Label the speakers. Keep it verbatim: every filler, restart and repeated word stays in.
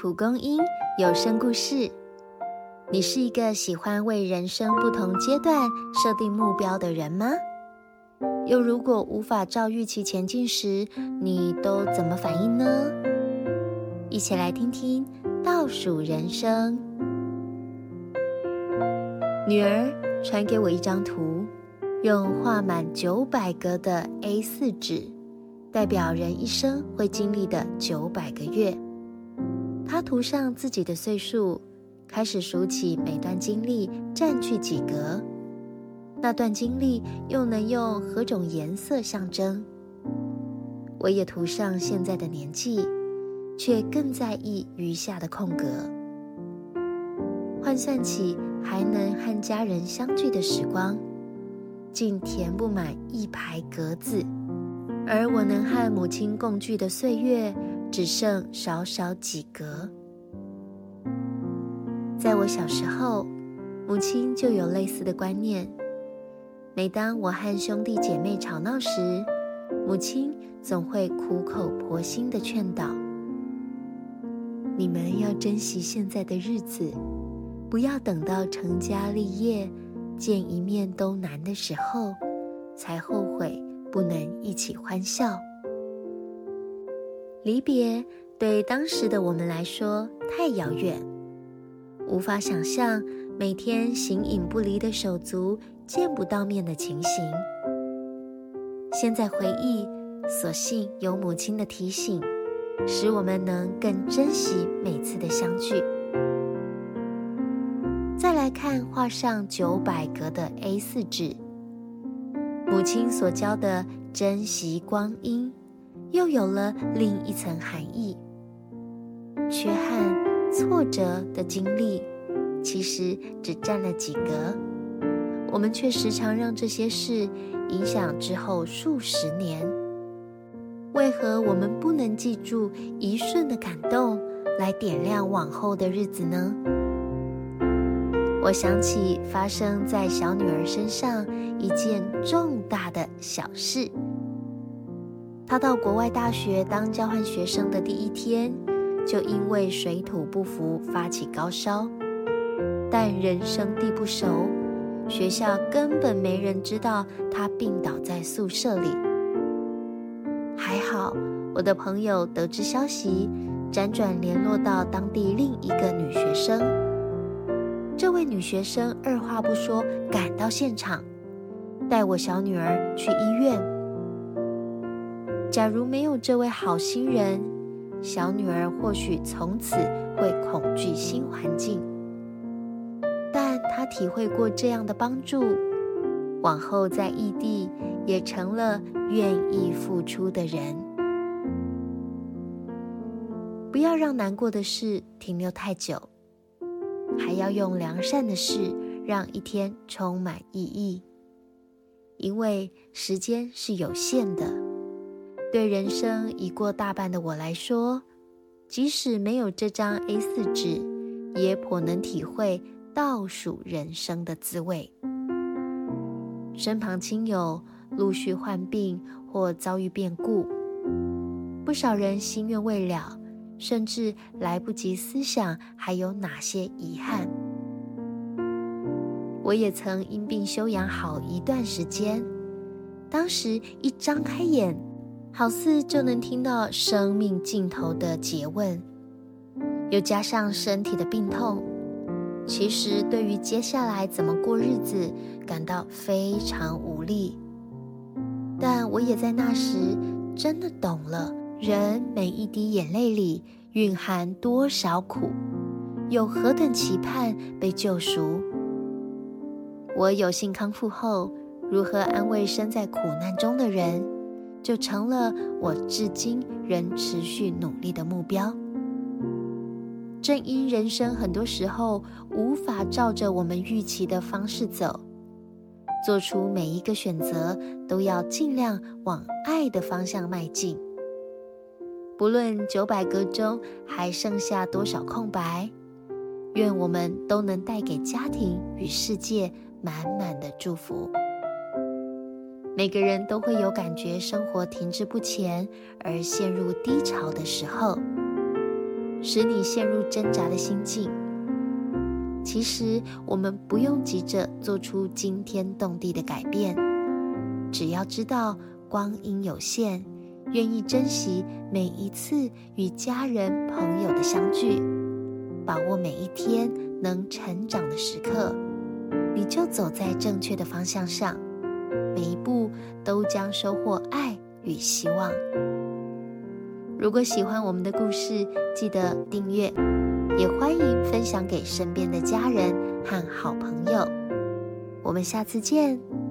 Speaker 1: 蒲公英有声故事。你是一个喜欢为人生不同阶段设定目标的人吗？又如果无法照预期前进时，你都怎么反应呢？一起来听听倒数人生。女儿传给我一张图，用画满九百格的 A 四 纸，代表人一生会经历的九百个月。她涂上自己的岁数，开始数起每段经历占据几格，那段经历又能用何种颜色象征？我也涂上现在的年纪，却更在意余下的空格。换算起还能和家人相聚的时光，竟填不满一排格子，而我能和母亲共聚的岁月，只剩少少几格。在我小时候，母亲就有类似的观念。每当我和兄弟姐妹吵闹时，母亲总会苦口婆心地劝导：你们要珍惜现在的日子，不要等到成家立业，见一面都难的时候，才后悔不能一起欢笑。离别对当时的我们来说太遥远，无法想象每天形影不离的手足见不到面的情形。现在回忆，所幸有母亲的提醒，使我们能更珍惜每次的相聚。再来看画上九百格的 A 四 纸，母亲所教的珍惜光阴，又有了另一层含义。缺憾、挫折的经历，其实只占了几格，我们却时常让这些事影响之后数十年。为何我们不能记住一瞬的感动，来点亮往后的日子呢？我想起发生在小女儿身上一件重大的小事。她到国外大学当交换学生的第一天，就因为水土不服发起高烧，但人生地不熟，学校根本没人知道她病倒在宿舍里。还好，我的朋友得知消息，辗转联络到当地另一个女学生。这位女学生二话不说赶到现场，带我小女儿去医院。假如没有这位好心人，小女儿或许从此会恐惧新环境。但她体会过这样的帮助，往后在异地也成了愿意付出的人。不要让难过的事停留太久，还要用良善的事让一天充满意义。因为时间是有限的，对人生已过大半的我来说，即使没有这张 A 四 纸，也颇能体会倒数人生的滋味。身旁亲友陆续患病或遭遇变故，不少人心愿未了，甚至来不及思想还有哪些遗憾。我也曾因病休养好一段时间，当时一张开眼，好似就能听到生命尽头的诘问，又加上身体的病痛，其实对于接下来怎么过日子感到非常无力。但我也在那时真的懂了，人每一滴眼泪里蕴含多少苦，有何等期盼被救赎。我有幸康复后，如何安慰身在苦难中的人，就成了我至今仍持续努力的目标。正因人生很多时候无法照着我们预期的方式走，做出每一个选择都要尽量往爱的方向迈进。不论九百格中还剩下多少空白，愿我们都能带给家庭与世界满满的祝福。每个人都会有感觉生活停滞不前而陷入低潮的时候， 使你陷入挣扎的心境。其实我们不用急着做出惊天动地的改变，只要知道光阴有限，愿意珍惜每一次与家人朋友的相聚，把握每一天能成长的时刻，你就走在正确的方向上，每一步都将收获爱与希望。如果喜欢我们的故事，记得订阅，也欢迎分享给身边的家人和好朋友。我们下次见。